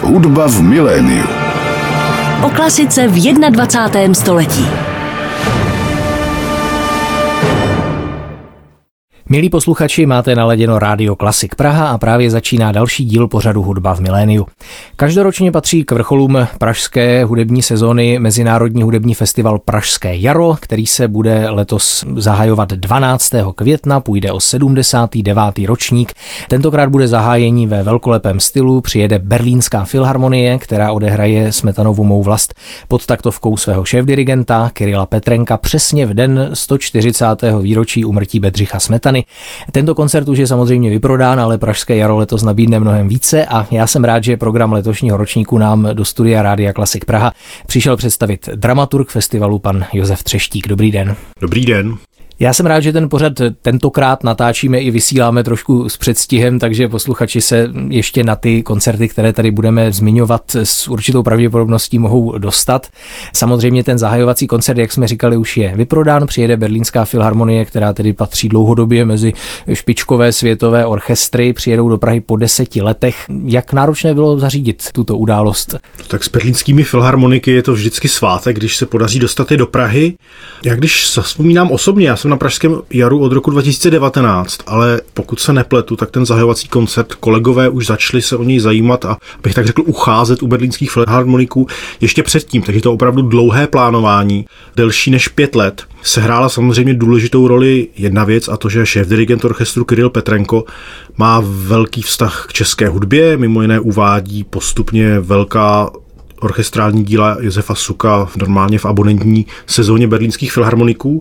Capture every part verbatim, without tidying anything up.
Hudba v miléniu. O klasice v dvacátém prvním století. Milí posluchači, máte naladěno Rádio Klasik Praha a právě začíná další díl pořadu Hudba v miléniu. Každoročně patří k vrcholům pražské hudební sezóny Mezinárodní hudební festival Pražské jaro, který se bude letos zahajovat dvanáctého května, půjde o sedmdesátý devátý ročník. Tentokrát bude zahájení ve velkolepém stylu, přijede Berlínská filharmonie, která odehraje Smetanovu Mou vlast pod taktovkou svého šéfdirigenta Kyrila Petrenka přesně v den sto čtyřicátého výročí úmrtí Bedřicha Smetany. Tento koncert už je samozřejmě vyprodán, ale Pražské jaro letos nabídne mnohem více a já jsem rád, že program letošního ročníku nám do studia Rádia Klasik Praha přišel představit dramaturg festivalu pan Josef Třeštík. Dobrý den. Dobrý den. Já jsem rád, že ten pořad tentokrát natáčíme i vysíláme trošku s předstihem, takže posluchači se ještě na ty koncerty, které tady budeme zmiňovat, s určitou pravděpodobností mohou dostat. Samozřejmě ten zahajovací koncert, jak jsme říkali, už je vyprodán, přijede Berlínská filharmonie, která tedy patří dlouhodobě mezi špičkové světové orchestry, přijedou do Prahy po deseti letech. Jak náročné bylo zařídit tuto událost? Tak s berlínskými filharmoniky je to vždycky svátek, když se podaří dostat je do Prahy. Já když vzpomínám osobně, já jsem na Pražském jaru od roku dva tisíce devatenáct, ale pokud se nepletu, tak ten zahajovací koncert kolegové už začali se o něj zajímat a, bych tak řekl, ucházet u berlínských filharmoniků ještě předtím, takže to opravdu dlouhé plánování, delší než pět let. Sehrála samozřejmě důležitou roli jedna věc, a to, že šéfdirigent orchestru Kyril Petrenko má velký vztah k české hudbě, mimo jiné uvádí postupně velká orchestrální díla Josefa Suka normálně v abonentní sezóně berlínských filharmoniků.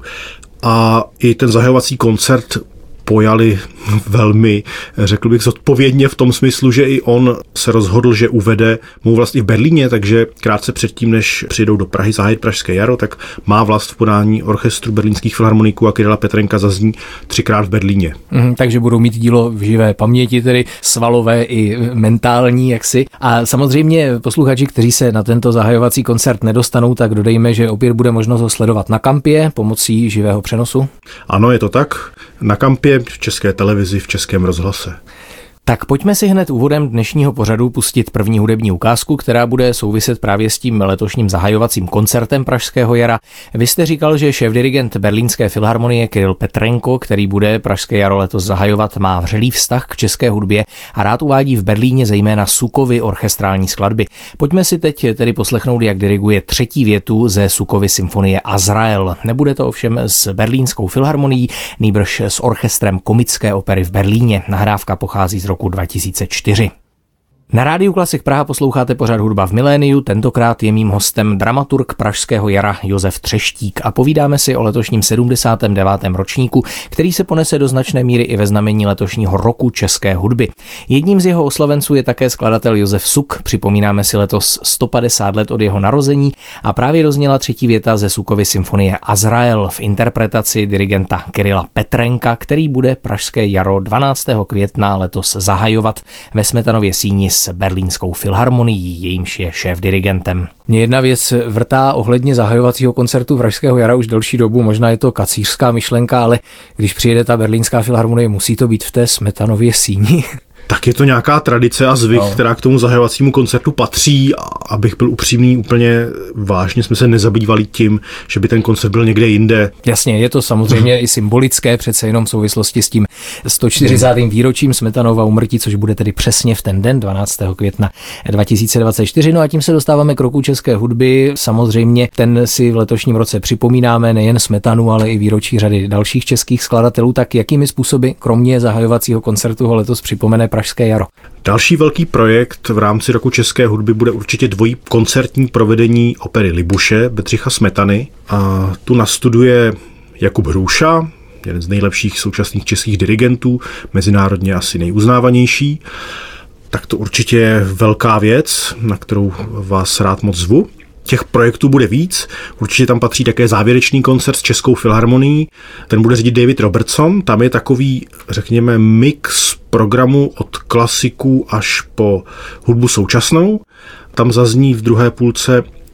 A i ten zahajovací koncert pojali velmi, řekl bych, zodpovědně v tom smyslu, že i on se rozhodl, že uvede Mou vlast i v Berlíně, takže krátce předtím, než přijedou do Prahy zahájit Pražské jaro, tak Má vlast v podání orchestru berlínských filharmoniků a Kyrila Petrenka zazní třikrát v Berlíně. Mm, takže budou mít dílo v živé paměti, tedy svalové i mentální, jaksi. A samozřejmě posluchači, kteří se na tento zahajovací koncert nedostanou, tak dodejme, že opět bude možnost ho sledovat na Kampě pomocí živého přenosu. Ano, je to tak. Na Kampě, v České televizi, v Českém rozhlase. Tak pojďme si hned úvodem dnešního pořadu pustit první hudební ukázku, která bude souviset právě s tím letošním zahajovacím koncertem Pražského jara. Vy jste říkal, že šéfdirigent Berlínské filharmonie Kyril Petrenko, který bude Pražské jaro letos zahajovat, má vřelý vztah k české hudbě a rád uvádí v Berlíně zejména Sukovy orchestrální skladby. Pojďme si teď tedy poslechnout, jak diriguje třetí větu ze Sukovy symfonie Azrael. Nebude to ovšem s Berlínskou filharmonií, nýbrž s orchestrem Komické opery v Berlíně. Nahrávka pochází z roku dva tisíce čtyři. Na Rádiu Klasik Praha posloucháte pořad Hudba v miléniu, tentokrát je mým hostem dramaturg Pražského jara Josef Třeštík a povídáme si o letošním sedmdesátém devátém ročníku, který se ponese do značné míry i ve znamení letošního roku české hudby. Jedním z jeho oslavenců je také skladatel Josef Suk, připomínáme si letos sto padesát let od jeho narození a právě dozněla třetí věta ze Sukovy symfonie Azrael v interpretaci dirigenta Kyrila Petrenka, který bude Pražské jaro dvanáctého května letos zahajovat ve Smetanově síni s Berlínskou filharmonií, jejímž je šéfdirigentem. Mě jedna věc vrtá ohledně zahajovacího koncertu Pražského jara už delší dobu, možná je to kacířská myšlenka, ale když přijede ta Berlínská filharmonie, musí to být v té Smetanově síni. Tak je to nějaká tradice a zvyk, no. která k tomu zahajovacímu koncertu patří. Abych byl upřímný, úplně vážně jsme se nezabývali tím, že by ten koncert byl někde jinde. Jasně, je to samozřejmě i symbolické, přece jenom v souvislosti s tím sto čtyřicátým výročím Smetanova úmrtí, což bude tedy přesně v ten den, dvanáctého května dva tisíce dvacet čtyři. No a tím se dostáváme k roku české hudby. Samozřejmě ten si v letošním roce připomínáme nejen Smetanu, ale i výročí řady dalších českých skladatelů. Tak jakými způsoby, kromě zahajovacího koncertu, ho letos připomene Pražské jaro? Další velký projekt v rámci roku české hudby bude určitě dvojí koncertní provedení opery Libuše Bedřicha Smetany. A tu nastuduje Jakub Hruša, jeden z nejlepších současných českých dirigentů, mezinárodně asi nejuznávanější. Tak to určitě je velká věc, na kterou vás rád moc zvu. Těch projektů bude víc, určitě tam patří také závěrečný koncert s Českou filharmonií, ten bude řídit David Robertson, tam je takový, řekněme, mix programu od klasiků až po hudbu současnou. Tam zazní v druhé půlce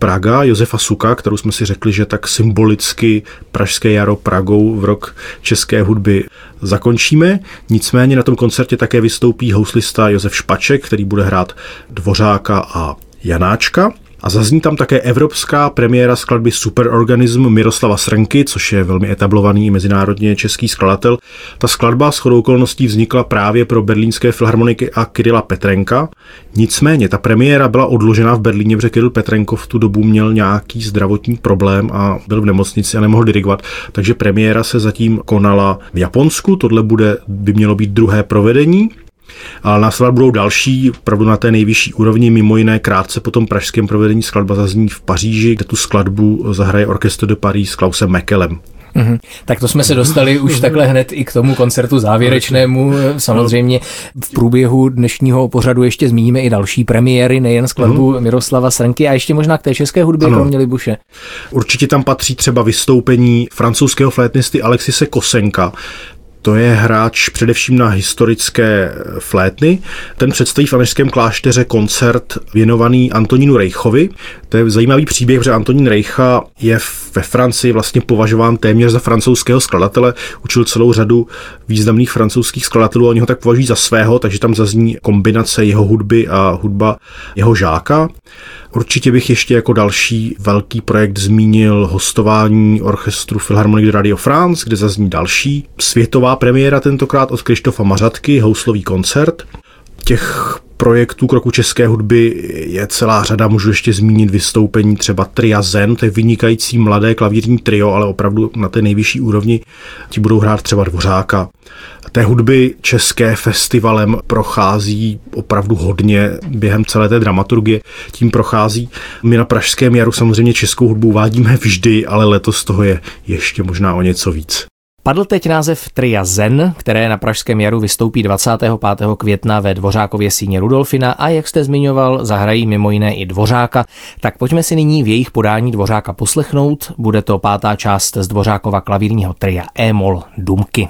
Praga Josefa Suka, kterou jsme si řekli, že tak symbolicky Pražské jaro Pragou v rok české hudby zakončíme. Nicméně na tom koncertě také vystoupí houslista Josef Špaček, který bude hrát Dvořáka a Janáčka. A zazní tam také evropská premiéra skladby Superorganism Miroslava Srnky, což je velmi etablovaný mezinárodně český skladatel. Ta skladba shodou okolností vznikla právě pro berlínské filharmoniky a Kyrila Petrenka. Nicméně ta premiéra byla odložena v Berlíně, protože Kyrill Petrenko v tu dobu měl nějaký zdravotní problém a byl v nemocnici a nemohl dirigovat, takže premiéra se zatím konala v Japonsku. Tohle bude, by mělo být druhé provedení. Ale následovat budou další, opravdu na té nejvyšší úrovni, mimo jiné krátce po tom pražském provedení skladba zazní v Paříži, kde tu skladbu zahraje Orchestre de Paris s Klausem Mekelem. Mm-hmm. Tak to jsme se dostali už takhle hned i k tomu koncertu závěrečnému. Samozřejmě v průběhu dnešního pořadu ještě zmíníme i další premiéry, nejen skladbu mm. Miroslava Srnky a ještě možná k té české hudbě, kromě Libuše. Určitě tam patří třeba vystoupení francouzského flétnisty Alexise Kosenka. To je hráč především na historické flétny. Ten představí v Anežském klášteře koncert věnovaný Antonínu Reichovi. To je zajímavý příběh, protože Antonín Reicha je ve Francii vlastně považován téměř za francouzského skladatele. Učil celou řadu významných francouzských skladatelů a oni ho tak považují za svého, takže tam zazní kombinace jeho hudby a hudba jeho žáka. Určitě bych ještě jako další velký projekt zmínil hostování orchestru Philharmonique de Radio France, kde zazní další světová premiéra, tentokrát od Krištofa Mařatky, houslový koncert. Těch projektů kroku české hudby je celá řada, můžu ještě zmínit vystoupení třeba Tria Zen, to je vynikající mladé klavírní trio, ale opravdu na té nejvyšší úrovni. Ti budou hrát třeba Dvořáka. Té hudby české festivalem prochází opravdu hodně během celé té dramaturgie, tím prochází. My na Pražském jaru samozřejmě českou hudbu uvádíme vždy, ale letos toho je ještě možná o něco víc. Padl teď název Tria Zen, které na Pražském jaru vystoupí dvacátého pátého května ve Dvořákově síni Rudolfina a jak jste zmiňoval, zahrají mimo jiné i Dvořáka. Tak pojďme si nyní v jejich podání Dvořáka poslechnout. Bude to pátá část z Dvořákova klavírního tria E-moll Dumky.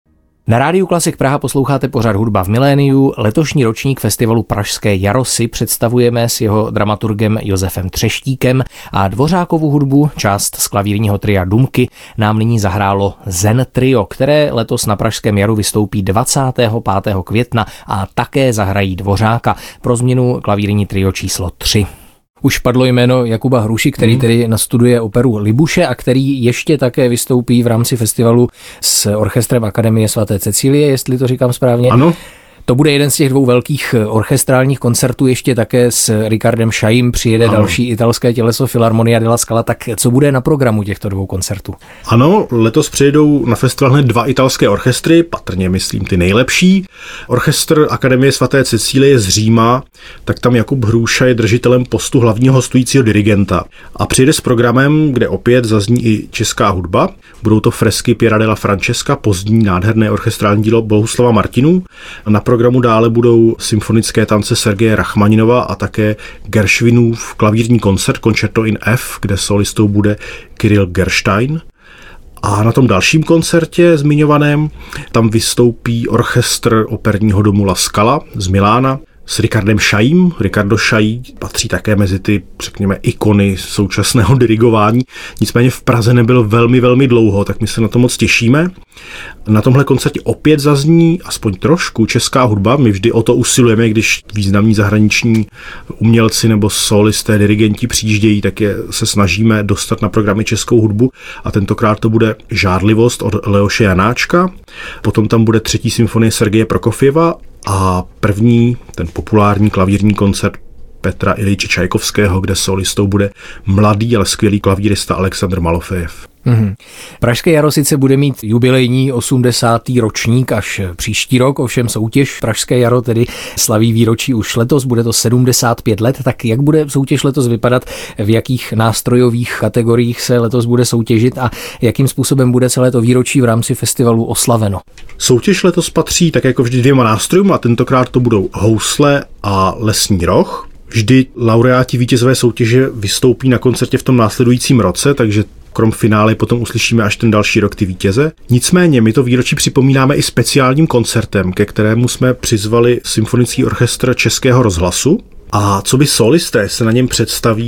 Na Rádiu Klasik Praha posloucháte pořad Hudba v miléniu. Letošní ročník festivalu Pražské jaro si představujeme s jeho dramaturgem Josefem Třeštíkem a Dvořákovu hudbu, část z klavírního tria Dumky, nám nyní zahrálo Zen Trio, které letos na Pražském jaru vystoupí dvacátého pátého května a také zahrají Dvořáka, pro změnu klavírní trio číslo tři. Už padlo jméno Jakuba Hruši, který hmm. tedy nastuduje operu Libuše a který ještě také vystoupí v rámci festivalu s orchestrem Akademie svaté Cecílie, jestli to říkám správně. Ano. To bude jeden z těch dvou velkých orchestrálních koncertů, ještě také s Ricardem Chaim přijede ano. další italské těleso Filharmonia della Scala, tak co bude na programu těchto dvou koncertů? Ano, letos přijedou na festival hned dva italské orchestry, patrně myslím ty nejlepší. Orchestr Akademie svaté Cecílie z Říma, tak tam Jakub Hruša je držitelem postu hlavního hostujícího dirigenta. A přijede s programem, kde opět zazní i česká hudba. Budou to fresky Piera della Francesca, pozdní nádherné orchestrální dílo Bohuslava Martinů. Na programu dále budou symfonické tance Sergeje Rachmaninova a také Gershwinův klavírní koncert Concerto in F, kde solistou bude Kirill Gerstein. A na tom dalším koncertě zmiňovaném tam vystoupí orchestr operního domu La Scala z Milána s Ricardem Chaim. Ricardo Chaim patří také mezi ty, řekněme, ikony současného dirigování. Nicméně v Praze nebyl velmi, velmi dlouho, tak my se na to moc těšíme. Na tomhle koncertě opět zazní aspoň trošku česká hudba. My vždy o to usilujeme, když významní zahraniční umělci nebo solisté, dirigenti přijíždějí, tak je se snažíme dostat na programy českou hudbu. A tentokrát to bude Žádlivost od Leoše Janáčka. Potom tam bude třetí symfonie Sergeje Prokofjeva a první, ten populární klavírní koncert Petra Iljiče Čajkovského, kde solistou bude mladý, ale skvělý klavírista Alexandr Malofejev. Mm-hmm. Pražské jaro sice bude mít jubilejní osmdesátý ročník až příští rok, ovšem soutěž Pražské jaro tedy slaví výročí už letos, bude to sedmdesát pět let, tak jak bude soutěž letos vypadat, v jakých nástrojových kategoriích se letos bude soutěžit a jakým způsobem bude celé to výročí v rámci festivalu oslaveno? Soutěž letos patří tak jako vždy dvěma nástrojům a tentokrát to budou housle a lesní roh. Vždy laureáti vítězové soutěže vystoupí na koncertě v tom následujícím roce, takže krom finále potom uslyšíme až ten další rok ty vítěze. Nicméně my to výročí připomínáme i speciálním koncertem, ke kterému jsme přizvali symfonický orchestr Českého rozhlasu. A co by solisté se na něm představí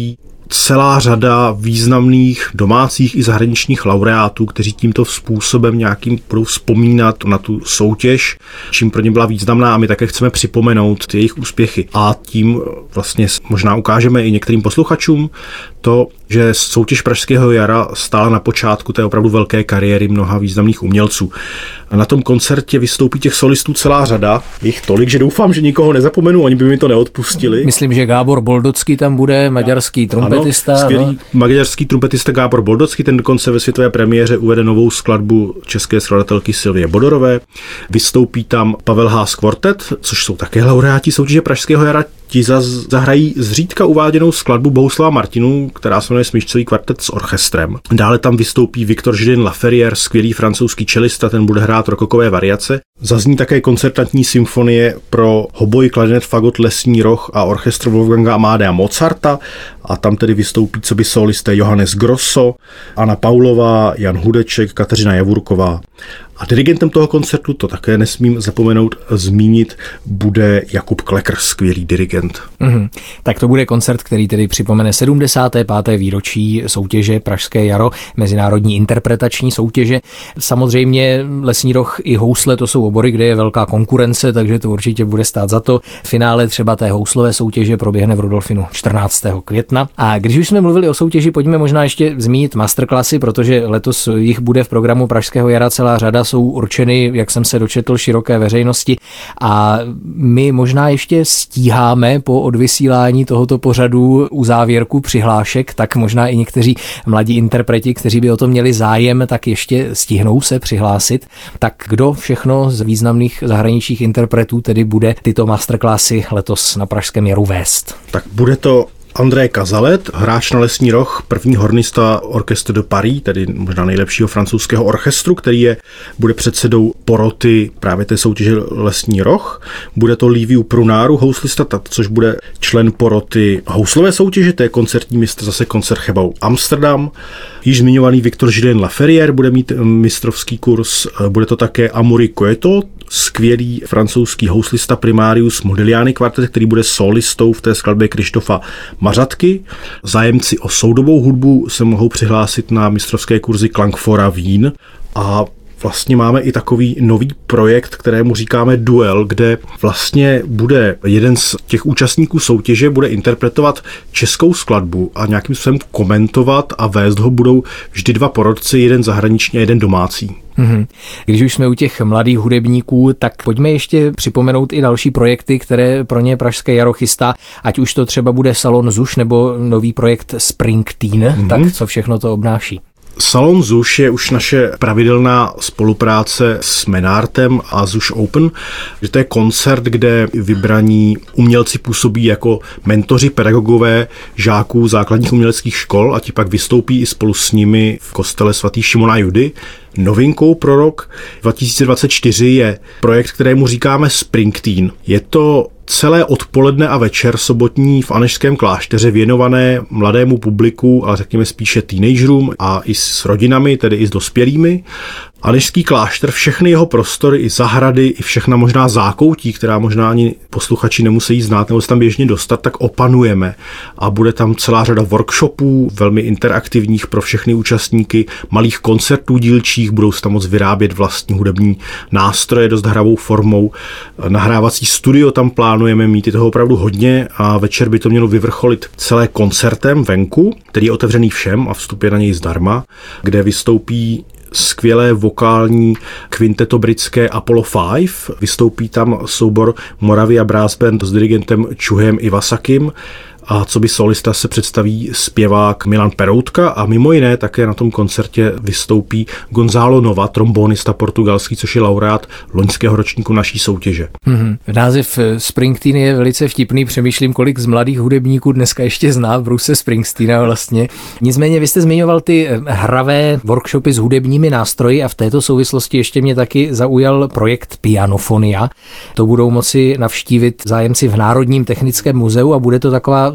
celá řada významných domácích i zahraničních laureátů, kteří tímto způsobem nějakým budou vzpomínat na tu soutěž, čím pro ně byla významná, a my také chceme připomenout ty jejich úspěchy. A tím vlastně možná ukážeme i některým posluchačům to, že soutěž Pražského jara stála na počátku té opravdu velké kariéry mnoha významných umělců. A na tom koncertě vystoupí těch solistů celá řada, jich tolik, že doufám, že nikoho nezapomenu, oni by mi to neodpustili. Myslím, že Gábor Boldocký tam bude, maďarský trumpetista. Ano, skvělý no. maďarský trumpetista Gábor Boldocký, ten dokonce ve světové premiéře uvede novou skladbu české skladatelky Silvie Bodorové. Vystoupí tam Pavel Haas Quartet, což jsou také laureáti soutěže Pražského jara. Ti zahrají zřídka uváděnou skladbu Bohuslava Martinů, která se jmenuje Smyčcový kvartet s orchestrem. Dále tam vystoupí Viktor Židin Laferrière, skvělý francouzský čelista, ten bude hrát rokokové variace. Zazní také koncertantní symfonie pro hoboj, klarinet, fagot, lesní roh a orchestr Wolfganga Amadea Mozarta, a tam tedy vystoupí coby solisté Johannes Grosso, Anna Paulová, Jan Hudeček, Kateřina Javurková. A dirigentem toho koncertu, to také nesmím zapomenout zmínit, bude Jakub Klecker, skvělý dirigent. Mm-hmm. Tak to bude koncert, který tedy připomene sedmdesáté páté výročí soutěže Pražské jaro, mezinárodní interpretační soutěže. Samozřejmě lesní roh i housle, to jsou obory, kde je velká konkurence, takže to určitě bude stát za to. Finále třeba té houslové soutěže proběhne v Rudolfinu čtrnáctého května. A když už jsme mluvili o soutěži, pojďme možná ještě zmínit masterclasy, protože letos jich bude v programu Pražského jara celá řada, jsou určeny, jak jsem se dočetl, široké veřejnosti, a my možná ještě stíháme po odvysílání tohoto pořadu u závěrku přihlášek, tak možná i někteří mladí interpreti, kteří by o to měli zájem, tak ještě stihnou se přihlásit. Tak kdo všechno z významných zahraničních interpretů tedy bude tyto masterclassy letos na Pražském jaru vést? Tak bude to André Cazalet, hráč na lesní roh, první hornista Orchestre de Paris, tedy možná nejlepšího francouzského orchestru, který je, bude předsedou poroty právě té soutěže lesní roh. Bude to Liviu Prunáru, houslista, což bude člen poroty houslové soutěže, to je koncertní mistr zase Concertgebouw Amsterdam. Již zmiňovaný Viktor Židin Laferrière bude mít mistrovský kurz, bude to také Amaury Coeto, skvělý francouzský houslista Primarius Modigliani kvartet, který bude solistou v té skladbě Krištofa Mařatky. Zájemci o soudobou hudbu se mohou přihlásit na mistrovské kurzy Klangfora Vín, a vlastně máme i takový nový projekt, kterému říkáme Duel, kde vlastně bude jeden z těch účastníků soutěže bude interpretovat českou skladbu a nějakým způsobem komentovat a vést ho budou vždy dva porotci, jeden zahraniční a jeden domácí. Mm-hmm. Když už jsme u těch mladých hudebníků, tak pojďme ještě připomenout i další projekty, které pro ně Pražské jaro chystá, ať už to třeba bude Salon Zuš nebo nový projekt Springsteen, mm-hmm. tak co všechno to obnáší? Salon Zuš je už naše pravidelná spolupráce s Menartem a Zuš Open, že to je koncert, kde vybraní umělci působí jako mentoři, pedagogové žáků základních uměleckých škol, a ti pak vystoupí i spolu s nimi v kostele svatý Šimona a Judy. Novinkou pro rok dva tisíce dvacet čtyři je projekt, kterému říkáme Springsteen. Je to celé odpoledne a večer sobotní v Anežském klášteře věnované mladému publiku, ale řekněme spíše teenagerům a i s rodinami, tedy i s dospělými. Anežský klášter, všechny jeho prostory, i zahrady, i všechna možná zákoutí, která možná ani posluchači nemusí znát nebo se tam běžně dostat, tak opanujeme. A bude tam celá řada workshopů, velmi interaktivních pro všechny účastníky, malých koncertů dílčích, budou se tam moct vyrábět vlastní hudební nástroje dost hravou formou. Nahrávací studio tam plánujeme mít, je toho opravdu hodně, a večer by to mělo vyvrcholit celé koncertem venku, který je otevřený všem a vstup je na něj zdarma, kde vystoupí skvělé vokální kvinteto britské Apollo pět. Vystoupí tam soubor Moravia Brass Band s dirigentem Chuhem Iwasakim, a co by solista se představí zpěvák Milan Peroutka, a mimo jiné také na tom koncertě vystoupí Gonzalo Nova, trombonista portugalský, což je laureát loňského ročníku naší soutěže. Mm-hmm. Název Springsteen je velice vtipný, přemýšlím, kolik z mladých hudebníků dneska ještě zná Bruce Springsteena vlastně. Nicméně vy jste zmiňoval ty hravé workshopy s hudebními nástroji, a v této souvislosti ještě mě taky zaujal projekt Pianofonia. To budou moci navštívit zájemci v Národním technickém muzeu, a bude to taková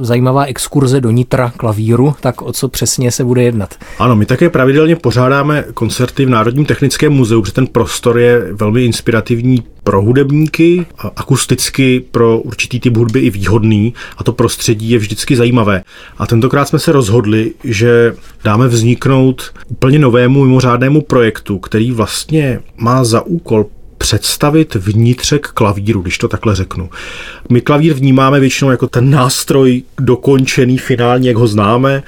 zajímavá exkurze do nitra klavíru, tak o co přesně se bude jednat? Ano, my také pravidelně pořádáme koncerty v Národním technickém muzeu, protože ten prostor je velmi inspirativní pro hudebníky, akusticky pro určitý typ hudby i výhodný a to prostředí je vždycky zajímavé. A tentokrát jsme se rozhodli, že dáme vzniknout úplně novému mimořádnému projektu, který vlastně má za úkol představit vnitřek klavíru, když to takhle řeknu. My klavír vnímáme většinou jako ten nástroj dokončený, finální, jak ho známe.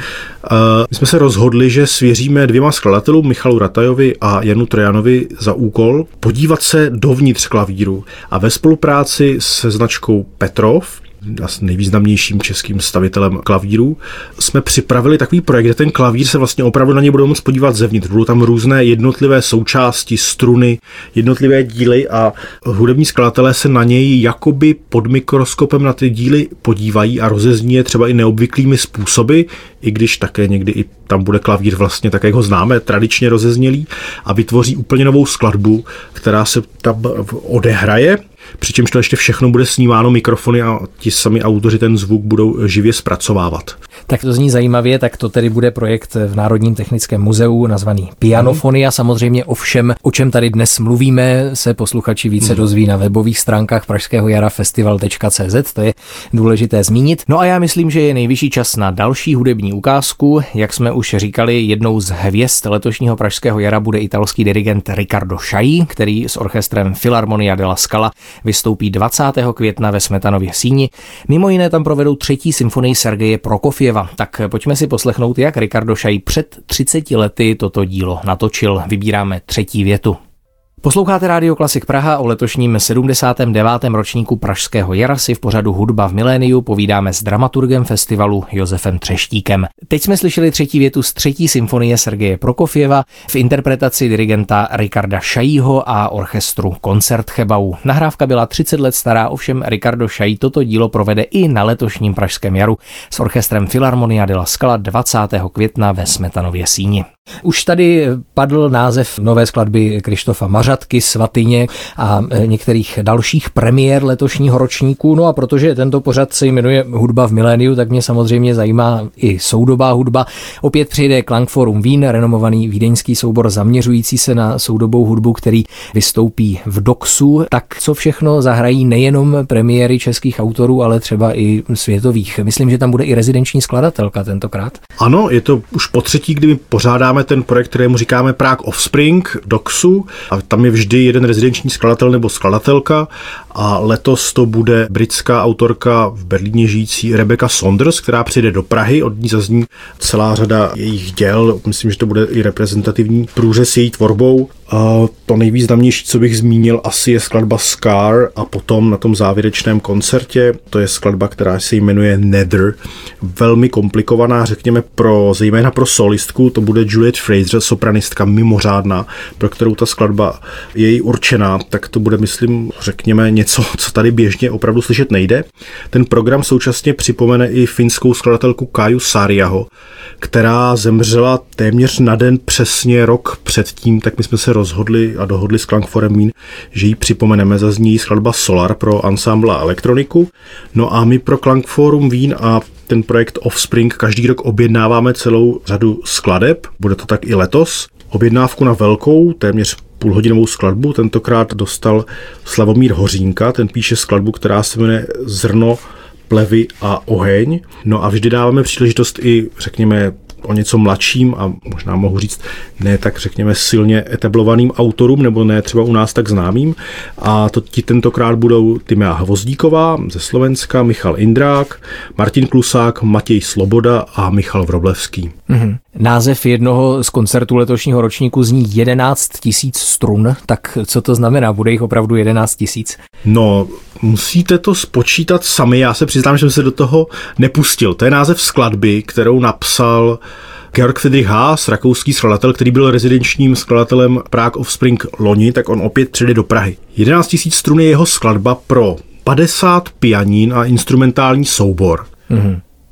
My jsme se rozhodli, že svěříme dvěma skladatelům, Michalu Ratajovi a Janu Trojanovi, za úkol podívat se dovnitř klavíru a ve spolupráci se značkou Petrov, nejvýznamnějším českým stavitelem klavíru, jsme připravili takový projekt, kde ten klavír se vlastně opravdu na něj budou moct podívat zevnitř. Budou tam různé jednotlivé součásti, struny, jednotlivé díly a hudební skladatelé se na něj jakoby pod mikroskopem na ty díly podívají a rozezní je třeba i neobvyklými způsoby, i když také někdy i tam bude klavír vlastně tak, jak ho známe, tradičně rozeznělý a vytvoří úplně novou skladbu, která se tam odehraje. Přičemž to ještě všechno bude snímáno mikrofony a ti sami autoři ten zvuk budou živě zpracovávat. Tak to zní zajímavě, tak to tedy bude projekt v Národním technickém muzeu nazvaný Pianofonia. Samozřejmě o všem, o čem tady dnes mluvíme, se posluchači více dozví na webových stránkách Pražského jara festival tečka cé zet, to je důležité zmínit. No a já myslím, že je nejvyšší čas na další hudební ukázku. Jak jsme už říkali, jednou z hvězd letošního Pražského jara bude italský dirigent Riccardo Chailly, který s orchestrem Filarmonia della Scala vystoupí dvacátého května ve Smetanově síni. Mimo jiné tam provedou třetí symfonii Sergeje Prokofjeva. Tak pojďme si poslechnout, jak Riccardo Chailly před třiceti lety toto dílo natočil. Vybíráme třetí větu. Posloucháte Rádio Klasik Praha. O letošním sedmdesátém devátém ročníku Pražského jara si v pořadu Hudba v miléniu povídáme s dramaturgem festivalu Josefem Třeštíkem. Teď jsme slyšeli třetí větu z třetí symfonie Sergeje Prokofjeva v interpretaci dirigenta Riccarda Chaillyho a orchestru Koncertgebouw. Nahrávka byla třicet let stará, ovšem Riccardo Chailly toto dílo provede i na letošním Pražském jaru s orchestrem Filarmonia della Scala dvacátého května ve Smetanově síni. Už tady padl název nové skladby Krištofa Mařatky, Svatyně a některých dalších premiér letošního ročníku. No a protože tento pořad se jmenuje Hudba v miléniu, tak mě samozřejmě zajímá i soudobá hudba. Opět přijde Klangforum Wien, renomovaný vídeňský soubor zaměřující se na soudobou hudbu, který vystoupí v Doxu. Tak co všechno zahrají nejenom premiéry českých autorů, ale třeba i světových. Myslím, že tam bude i rezidenční skladatelka tentokrát. Ano, je to už po třetí, kdy my pořádáme ten projekt, kterému říkáme Prague Offspring, Doxu, a tam je vždy jeden rezidenční skladatel nebo skladatelka a letos to bude britská autorka v Berlíně žijící Rebecca Saunders, která přijde do Prahy, od ní zazní celá řada jejich děl, myslím, že to bude i reprezentativní průřez její tvorbou. A to nejvýznamnější, co bych zmínil, asi je skladba Scar a potom na tom závěrečném koncertě, to je skladba, která se jmenuje Nether. Velmi komplikovaná, řekněme, pro, zejména pro solistku, to bude Juliet Fraser, sopranistka mimořádná, pro kterou ta skladba je jí určená, tak to bude, myslím, řekněme, něco, co tady běžně opravdu slyšet nejde. Ten program současně připomene i finskou skladatelku Kaiju Saariaho, která zemřela téměř na den přesně rok předtím, tak my jsme se rozhodli a dohodli s Klangforem Wien, že ji připomeneme. Zazní skladba Solar pro ansámbl a elektroniku. No a my pro Klangforum Wien a ten projekt Offspring každý rok objednáváme celou řadu skladeb. Bude to tak i letos. Objednávku na velkou, téměř půlhodinovou skladbu tentokrát dostal Slavomír Hořínka. Ten píše skladbu, která se jmenuje Zrno, plevy a oheň. No a vždy dáváme příležitost i, řekněme, o něco mladším a možná mohu říct ne tak, řekněme, silně etablovaným autorům, nebo ne třeba u nás tak známým. A to ti tentokrát budou Timea Hvozdíková ze Slovenska, Michal Indrák, Martin Klusák, Matěj Sloboda a Michal Wroblewský. Mm-hmm. Název jednoho z koncertů letošního ročníku zní jedenáct tisíc strun, tak co to znamená? Bude jich opravdu jedenáct tisíc? No, musíte to spočítat sami, já se přiznám, že jsem se do toho nepustil. To je název skladby, kterou napsal Georg Friedrich Haas, rakouský skladatel, který byl rezidenčním skladatelem Prague Offspring loni, tak on opět přijde do Prahy. jedenáct tisíc strun je jeho skladba pro padesát pianín a instrumentální soubor. Mm-hmm.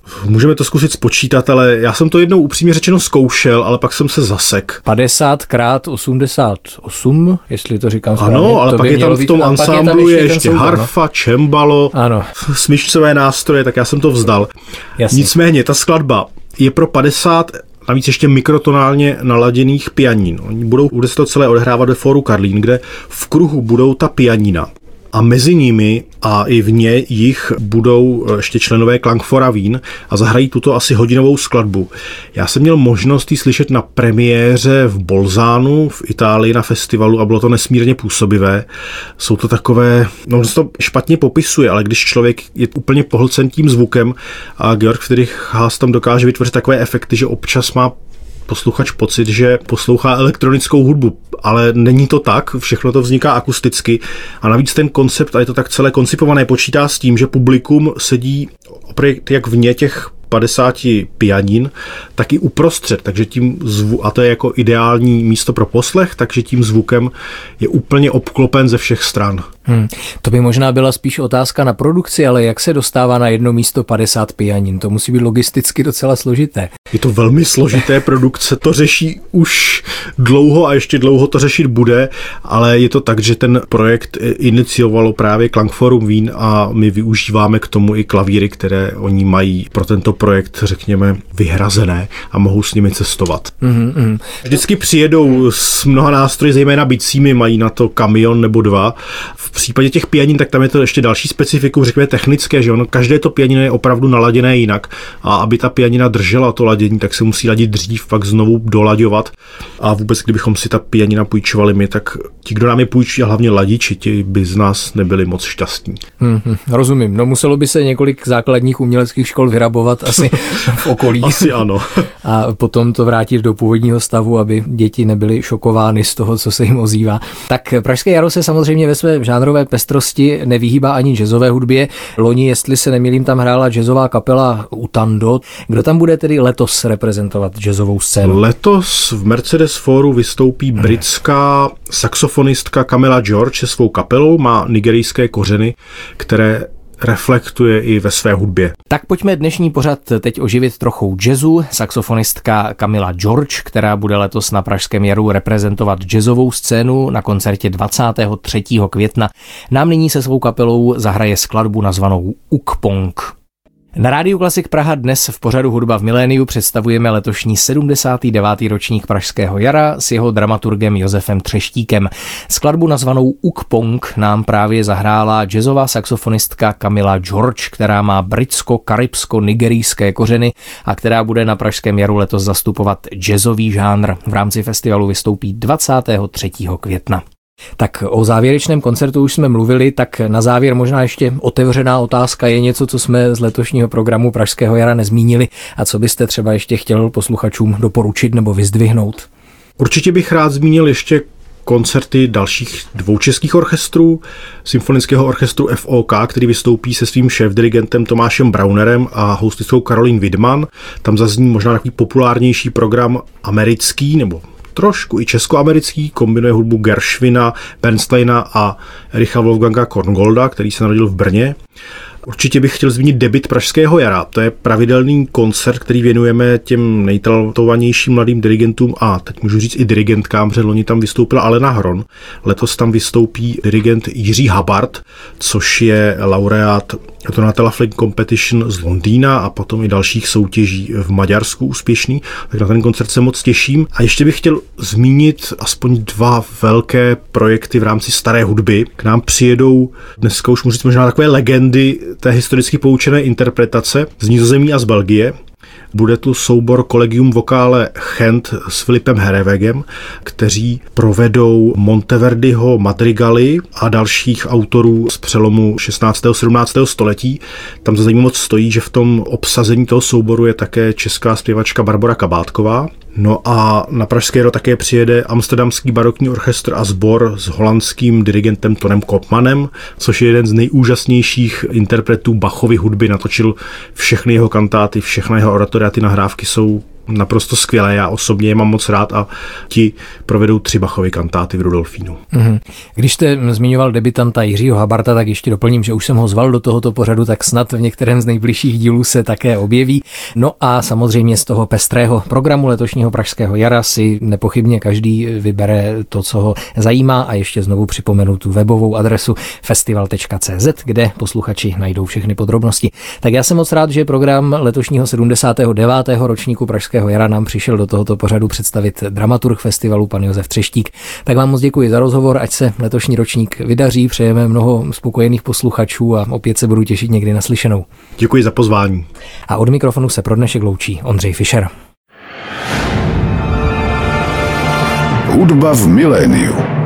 Můžeme to zkusit spočítat, ale já jsem to jednou upřímně řečeno zkoušel, ale pak jsem se zasek. padesát krát osmdesát osm, jestli to říkám správně. Ano, ale to pak je tam v tom ansámblu je ještě, ještě soubor, harfa, čembalo, ano. smyčcové nástroje, tak já jsem to vzdal. Jasně. Nicméně ta skladba je pro padesát navíc ještě mikrotonálně naladěných pianín. Oni budou, bude se to celé odehrávat ve Fóru Karlín, kde v kruhu budou ta pianína. A mezi nimi a i vně jich budou ještě členové Klangfora Wien a zahrají tuto asi hodinovou skladbu. Já jsem měl možnost ji slyšet na premiéře v Bolzánu v Itálii na festivalu a bylo to nesmírně působivé. Jsou to takové, no to špatně popisuje, ale když člověk je úplně pohlcen tím zvukem a Georg Friedrich Haas tam dokáže vytvořit takové efekty, že občas má posluchač pocit, že poslouchá elektronickou hudbu, ale není to tak, všechno to vzniká akusticky a navíc ten koncept, a je to tak celé koncipované, počítá s tím, že publikum sedí opět jak vně těch padesáti pianín, tak i uprostřed, takže tím zvu, a to je jako ideální místo pro poslech, takže tím zvukem je úplně obklopen ze všech stran. Hmm. To by možná byla spíš otázka na produkci, ale jak se dostává na jedno místo padesát pianin? To musí být logisticky docela složité. Je to velmi složité, produkce to řeší už dlouho a ještě dlouho to řešit bude, ale je to tak, že ten projekt iniciovalo právě Klangforum Wien a my využíváme k tomu i klavíry, které oni mají pro tento projekt, řekněme, vyhrazené a mohou s nimi cestovat. Mm-hmm. Vždycky přijedou s mnoha nástroji, zejména bicími, mají na to kamion nebo dva. V případě těch pianin, tak tam je to ještě další specifikum, řekněme technické, že ono, každé to pianino je opravdu naladěné jinak a aby ta pianina držela to ladění, tak se musí ladit dřív, pak znovu dolaďovat a vůbec, kdybychom si ta pianina půjčovali my, tak ti, kdo nám je půjčí a hlavně ladiči, ti by z nás nebyli moc šťastní. Mm-hmm, rozumím, no muselo by se několik základních uměleckých škol vyrabovat asi v okolí. Asi ano. A potom to vrátit do původního stavu, aby děti nebyly šokovány z toho, co se jim ozývá. Tak Pražské jaro se samozřejmě ve své žánrové pestrosti nevyhýbá ani jazzové hudbě. Loni, jestli se nemýlím, tam hrála jazzová kapela Utando. Kdo tam bude tedy letos reprezentovat jazzovou scénu? Letos v Mercedes Foru vystoupí britská saxofonistka Camilla George se svou kapelou, má nigerijské kořeny, které reflektuje i ve své hudbě. Tak pojďme dnešní pořad teď oživit trochu jazzu. Saxofonistka Camilla George, která bude letos na Pražském jaru reprezentovat jazzovou scénu na koncertě dvacátého třetího května, nám nyní se svou kapelou zahraje skladbu nazvanou Ukpong. Na Rádiu Klasik Praha dnes v pořadu Hudba v miléniu představujeme letošní sedmdesátý devátý ročník Pražského jara s jeho dramaturgem Josefem Třeštíkem. Skladbu nazvanou Ukpong nám právě zahrála jazzová saxofonistka Camilla George, která má britsko-karibsko-nigerijské kořeny a která bude na Pražském jaru letos zastupovat jazzový žánr. V rámci festivalu vystoupí dvacátého třetího května. Tak o závěrečném koncertu už jsme mluvili, tak na závěr možná ještě otevřená otázka, je něco, co jsme z letošního programu Pražského jara nezmínili a co byste třeba ještě chtěl posluchačům doporučit nebo vyzdvihnout? Určitě bych rád zmínil ještě koncerty dalších dvou českých orchestrů, Symfonického orchestru F O K, který vystoupí se svým šéfdirigentem Tomášem Braunerem a hostitkou Caroline Widman. Tam zazní možná takový populárnější program americký nebo trošku i českoamerický, kombinuje hudbu Gershwina, Bernsteina a Ericha Wolfganga Korngolda, který se narodil v Brně. Určitě bych chtěl zmínit debut Pražského jara. To je pravidelný koncert, který věnujeme těm nejtalentovanějším mladým dirigentům a teď můžu říct i dirigentkám, protože loni tam vystoupila Alena Hron. Letos tam vystoupí dirigent Jiří Habart, což je laureát Donatella Flag Competition z Londýna a potom i dalších soutěží v Maďarsku úspěšný. Tak na ten koncert se moc těším. A ještě bych chtěl zmínit aspoň dva velké projekty v rámci staré hudby. K nám přijedou dneska už můžu říct možná takové legendy té historicky poučené interpretace z Nizozemí a z Belgie. Bude tu soubor Collegium Vocale Gent s Filipem Herewegem, kteří provedou Monteverdiho madrigaly a dalších autorů z přelomu šestnáctého sedmnáctého století. Tam za zajímavost stojí, že v tom obsazení toho souboru je také česká zpěvačka Barbora Kabátková. No a na Pražské jaro také přijede Amsterdamský barokní orchestr a sbor s holandským dirigentem Tonem Kopmanem, což je jeden z nejúžasnějších interpretů Bachovy hudby. Natočil všechny jeho kantáty, všechny jeho oratoria, ty nahrávky jsou naprosto skvělé. Já osobně je mám moc rád a ti provedou tři Bachovy kantáty v Rudolfínu. Mm-hmm. Když jste zmiňoval debitanta Jiřího Habarta, tak ještě doplním, že už jsem ho zval do tohoto pořadu, tak snad v některém z nejbližších dílů se také objeví. No a samozřejmě z toho pestrého programu letošního Pražského jara si nepochybně každý vybere to, co ho zajímá, a ještě znovu připomenu tu webovou adresu festival tečka cé zet, kde posluchači najdou všechny podrobnosti. Tak já jsem moc rád, že program letošního sedmdesátého devátého ročníku Pražského jara nám přišel do tohoto pořadu představit dramaturg festivalu pan Josef Třeštík. Tak vám moc děkuji za rozhovor, ať se letošní ročník vydaří, přejeme mnoho spokojených posluchačů a opět se budu těšit někdy naslyšenou. Děkuji za pozvání. A od mikrofonu se pro dnešek loučí Ondřej Fischer. Hudba v miléniu.